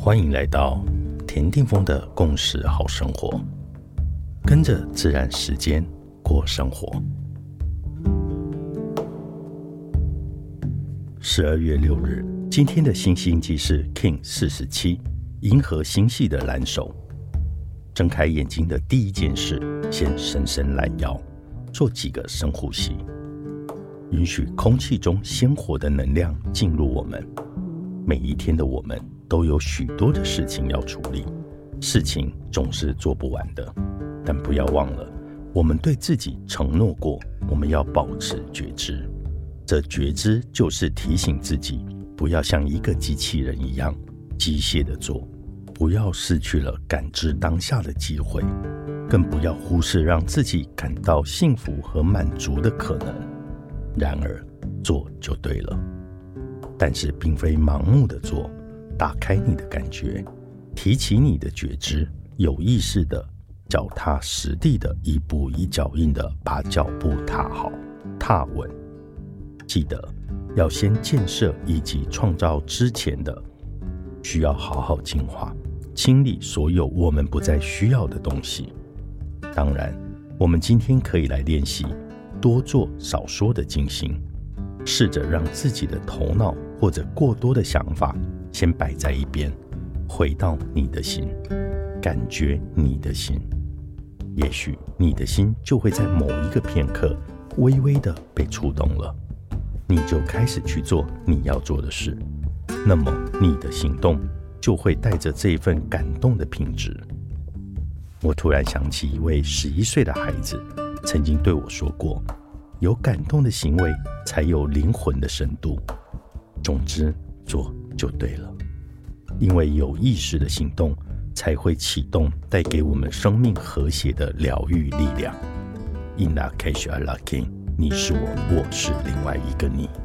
欢迎来到田定峰的共识好生活，跟着自然时间过生活。12月6日，今天的新星际是 King 47，银河星系的蓝手。睁开眼睛的第一件事，先伸伸懒腰，做几个深呼吸，允许空气中鲜活的能量进入我们。每一天的我们都有许多的事情要处理，事情总是做不完的，但不要忘了，我们对自己承诺过，我们要保持觉知。这觉知就是提醒自己，不要像一个机器人一样机械的做，不要失去了感知当下的机会，更不要忽视让自己感到幸福和满足的可能。然而，做就对了。但是并非盲目的做，打开你的感觉，提起你的觉知，有意识的、脚踏实地的、一步一脚印的把脚步踏好、踏稳。记得要先建设以及创造之前的，需要好好净化、清理所有我们不再需要的东西。当然，我们今天可以来练习多做少说的静心，试着让自己的头脑或者过多的想法先摆在一边，回到你的心，感觉你的心。也许你的心就会在某一个片刻微微的被触动了，你就开始去做你要做的事，那么你的行动就会带着这份感动的品质。我突然想起一位11岁的孩子曾经对我说过，有感动的行为才有灵魂的深度。总之，做就对了，因为有意识的行动才会启动带给我们生命和谐的疗愈力量。In la cage a la king， 你是我，我是另外一个你。